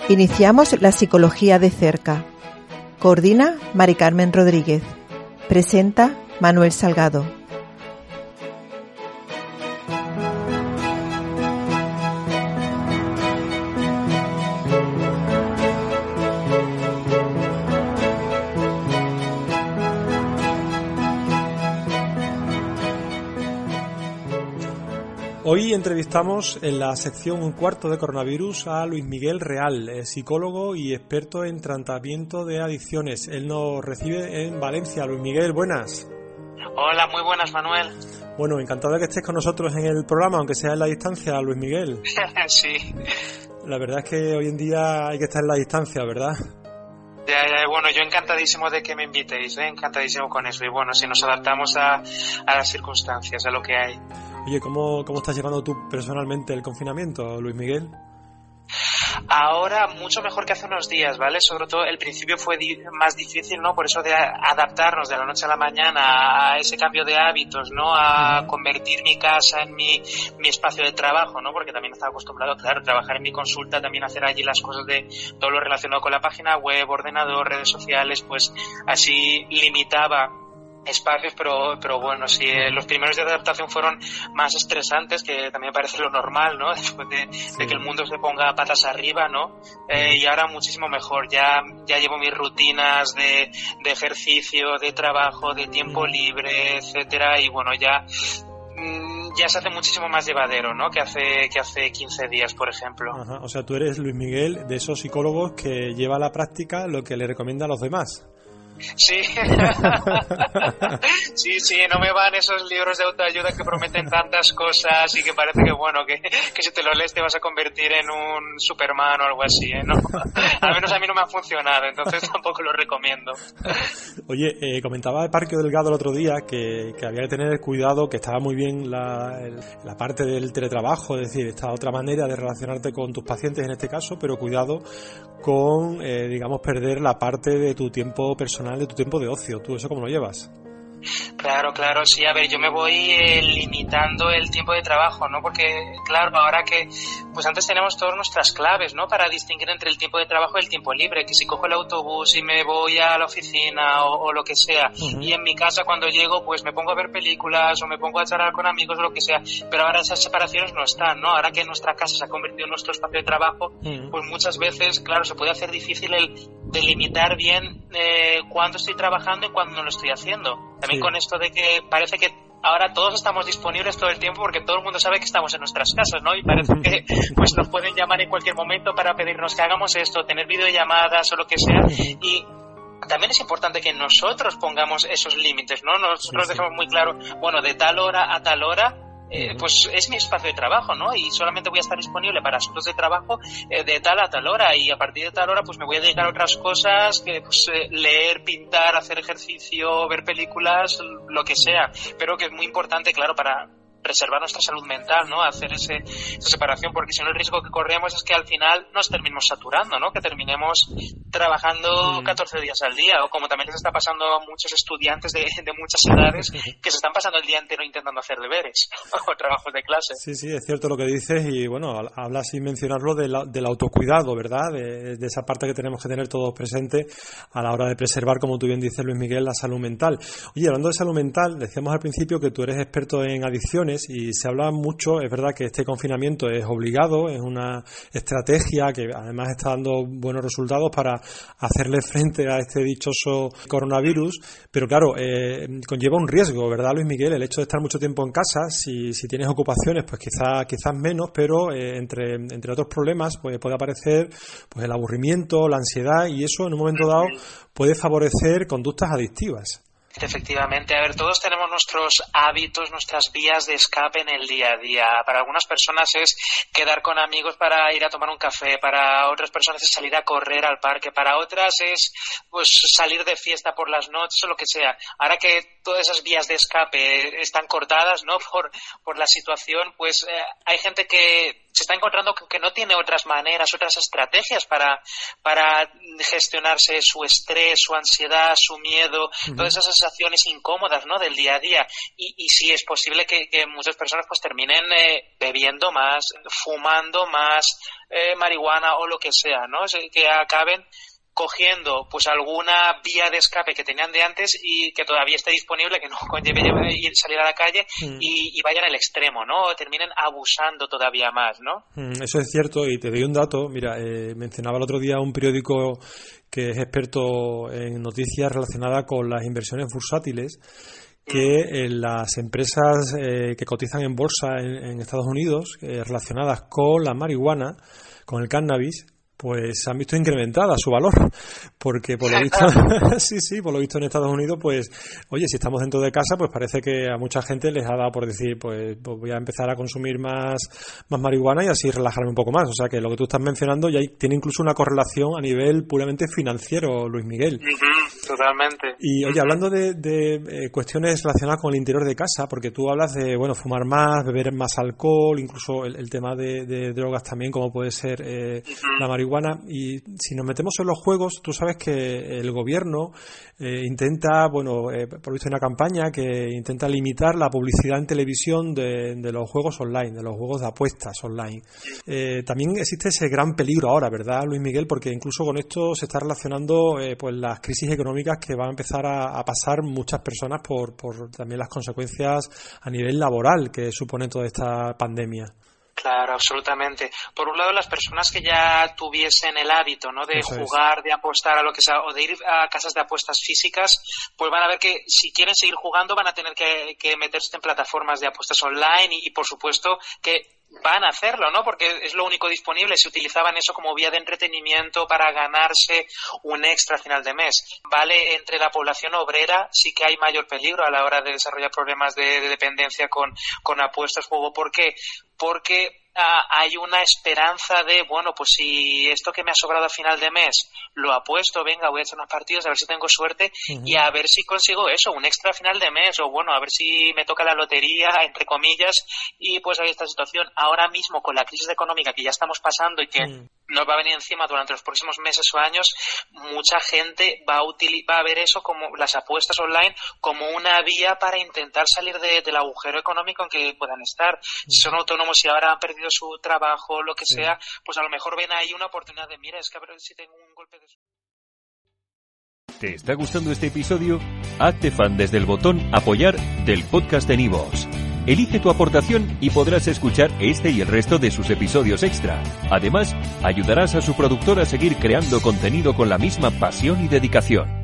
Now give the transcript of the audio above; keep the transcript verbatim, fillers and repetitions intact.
Iniciamos la psicología de cerca. Coordina Mari Carmen Rodríguez. Presenta Manuel Salgado. Hoy entrevistamos en la sección Un cuarto de coronavirus a Luis Miguel Real, psicólogo y experto en tratamiento de adicciones. Él nos recibe en Valencia. Luis Miguel, buenas. Hola, muy buenas, Manuel. Bueno, encantado de que estés con nosotros en el programa, aunque sea en la distancia, Luis Miguel. Sí. La verdad es que hoy en día hay que estar en la distancia, ¿verdad? Ya, ya, bueno, yo encantadísimo de que me invitéis, ¿eh? encantadísimo con eso. Y bueno, si nos adaptamos a, a las circunstancias, a lo que hay. Oye, ¿cómo, ¿cómo estás llevando tú personalmente el confinamiento, Luis Miguel? Ahora mucho mejor que hace unos días, ¿vale? Sobre todo el principio fue di- más difícil, ¿no? Por eso de adaptarnos de la noche a la mañana a ese cambio de hábitos, ¿no? A uh-huh. convertir mi casa en mi, mi espacio de trabajo, ¿no? Porque también estaba acostumbrado, claro, a trabajar en mi consulta, también hacer allí las cosas de todo lo relacionado con la página web, ordenador, redes sociales, pues así limitaba espacios, pero pero bueno, sí, eh, los primeros días de adaptación fueron más estresantes, que también parece lo normal, ¿no? Después de, sí. de que el mundo se ponga patas arriba, ¿no? Eh, y ahora muchísimo mejor, ya ya llevo mis rutinas de, de ejercicio, de trabajo, de tiempo libre, etcétera, y bueno, ya ya se hace muchísimo más llevadero, ¿no? Que hace que hace quince días, por ejemplo. Ajá, o sea, tú eres, Luis Miguel, de esos psicólogos que lleva a la práctica lo que le recomienda a los demás. Sí, sí, sí, no me van esos libros de autoayuda que prometen tantas cosas y que parece que, bueno, que, que si te lo lees te vas a convertir en un Superman o algo así, ¿eh? No, al menos a mí no me ha funcionado, entonces tampoco lo recomiendo. Oye, eh, comentaba Parque Delgado el otro día que, que había que tener cuidado, que estaba muy bien la, el, la parte del teletrabajo, es decir, esta otra manera de relacionarte con tus pacientes en este caso, pero cuidado con, eh, digamos, perder la parte de tu tiempo personal, de tu tiempo de ocio. ¿Tú eso cómo lo llevas? Claro, claro, sí, a ver, yo me voy eh, limitando el tiempo de trabajo, ¿no? Porque, claro, ahora que, pues antes tenemos todas nuestras claves, ¿no? Para distinguir entre el tiempo de trabajo y el tiempo libre, que si cojo el autobús y me voy a la oficina o, o lo que sea, uh-huh. y en mi casa cuando llego, pues me pongo a ver películas o me pongo a charlar con amigos o lo que sea, pero ahora esas separaciones no están, ¿no? Ahora que nuestra casa se ha convertido en nuestro espacio de trabajo, uh-huh. pues muchas veces, claro, se puede hacer difícil el delimitar bien eh, cuándo estoy trabajando y cuándo no lo estoy haciendo. También sí. Con esto de que parece que ahora todos estamos disponibles todo el tiempo porque todo el mundo sabe que estamos en nuestras casas, ¿no? Y parece que pues nos pueden llamar en cualquier momento para pedirnos que hagamos esto, tener videollamadas o lo que sea. Y también es importante que nosotros pongamos esos límites, ¿no? Nosotros sí, sí. dejamos muy claro, bueno, de tal hora a tal hora, Eh, pues es mi espacio de trabajo, ¿no? Y solamente voy a estar disponible para asuntos de trabajo eh, de tal a tal hora, y a partir de tal hora pues me voy a dedicar a otras cosas, que pues eh, leer, pintar, hacer ejercicio, ver películas, lo que sea, pero que es muy importante, claro, para preservar nuestra salud mental, ¿no? Hacer ese, esa separación, porque si no el riesgo que corremos es que al final nos terminemos saturando, ¿no? Que terminemos trabajando catorce días al día, o como también les está pasando a muchos estudiantes de, de muchas edades que se están pasando el día entero intentando hacer deberes o trabajos de clase. Sí, sí, es cierto lo que dices, y bueno, hablas sin mencionarlo de la, del autocuidado, ¿verdad? De, de esa parte que tenemos que tener todos presentes a la hora de preservar, como tú bien dices, Luis Miguel, la salud mental. Oye, hablando de salud mental, decíamos al principio que tú eres experto en adicciones, y se habla mucho, es verdad que este confinamiento es obligado, es una estrategia que además está dando buenos resultados para hacerle frente a este dichoso coronavirus, pero claro, eh, conlleva un riesgo, ¿verdad, Luis Miguel? El hecho de estar mucho tiempo en casa, si, si tienes ocupaciones, pues quizás quizás menos, pero eh, entre, entre otros problemas pues puede aparecer pues el aburrimiento, la ansiedad, y eso en un momento dado puede favorecer conductas adictivas. Efectivamente, a ver, todos tenemos nuestros hábitos, nuestras vías de escape en el día a día. Para algunas personas es quedar con amigos para ir a tomar un café, para otras personas es salir a correr al parque, para otras es pues salir de fiesta por las noches o lo que sea. Ahora que todas esas vías de escape están cortadas, ¿no? Por, por la situación, pues eh, hay gente que se está encontrando que no tiene otras maneras, otras estrategias para, para gestionarse su estrés, su ansiedad, su miedo, uh-huh. todas esas sensaciones incómodas, ¿no?, del día a día. Y, y sí es posible que, que muchas personas pues terminen eh, bebiendo más, fumando más eh, marihuana o lo que sea, ¿no? Que acaben cogiendo pues alguna vía de escape que tenían de antes y que todavía esté disponible, que no conlleve ir salir a la calle mm. y, y vayan al extremo, ¿no? Terminen abusando todavía más, ¿no? Mm, eso es cierto, y te doy un dato. Mira, eh, mencionaba el otro día un periódico que es experto en noticias relacionadas con las inversiones bursátiles, que eh, las empresas eh, que cotizan en bolsa en, en Estados Unidos eh, relacionadas con la marihuana, con el cannabis, pues han visto incrementada su valor, porque por lo visto sí, sí, por lo visto en Estados Unidos, pues, oye, si estamos dentro de casa, pues parece que a mucha gente les ha dado por decir, pues, pues voy a empezar a consumir más, más marihuana y así relajarme un poco más. O sea que lo que tú estás mencionando ya tiene incluso una correlación a nivel puramente financiero, Luis Miguel. Uh-huh, totalmente. Y oye, hablando de, de eh, cuestiones relacionadas con el interior de casa, porque tú hablas de, bueno, fumar más, beber más alcohol, incluso el, el tema de, de drogas también, como puede ser eh, uh-huh. la marihuana. Y si nos metemos en los juegos, tú sabes que el gobierno eh, intenta, bueno, eh, por visto hay una campaña que intenta limitar la publicidad en televisión de, de los juegos online, de los juegos de apuestas online. Eh, también existe ese gran peligro ahora, ¿verdad, Luis Miguel? Porque incluso con esto se está relacionando eh, pues las crisis económicas que van a empezar a, a pasar muchas personas por, por también las consecuencias a nivel laboral que supone toda esta pandemia. Claro, absolutamente. Por un lado, las personas que ya tuviesen el hábito, ¿no?, de Eso jugar, es. de apostar a lo que sea, o de ir a casas de apuestas físicas, pues van a ver que si quieren seguir jugando van a tener que, que meterse en plataformas de apuestas online y, y, por supuesto, que van a hacerlo, ¿no?, porque es lo único disponible. Si utilizaban eso como vía de entretenimiento para ganarse un extra a final de mes. Vale, entre la población obrera sí que hay mayor peligro a la hora de desarrollar problemas de, de dependencia con, con apuestas, juego. ¿Por qué? Porque ah, hay una esperanza de, bueno, pues si esto que me ha sobrado a final de mes lo apuesto, venga, voy a echar unos partidos a ver si tengo suerte uh-huh. y a ver si consigo eso, un extra a final de mes, o bueno, a ver si me toca la lotería, entre comillas, y pues hay esta situación. Ahora mismo, con la crisis económica que ya estamos pasando y que uh-huh. nos va a venir encima durante los próximos meses o años, mucha gente va a, util- va a ver eso, como las apuestas online, como una vía para intentar salir de, del agujero económico en que puedan estar. Uh-huh. Si son autónomos, si ahora han perdido su trabajo, lo que sí. sea, pues a lo mejor ven ahí una oportunidad de, mira, es que a ver si tengo un golpe de... ¿Te está gustando este episodio? Hazte fan desde el botón Apoyar del podcast de Nivos. Elige tu aportación y podrás escuchar este y el resto de sus episodios extra. Además, ayudarás a su productor a seguir creando contenido con la misma pasión y dedicación.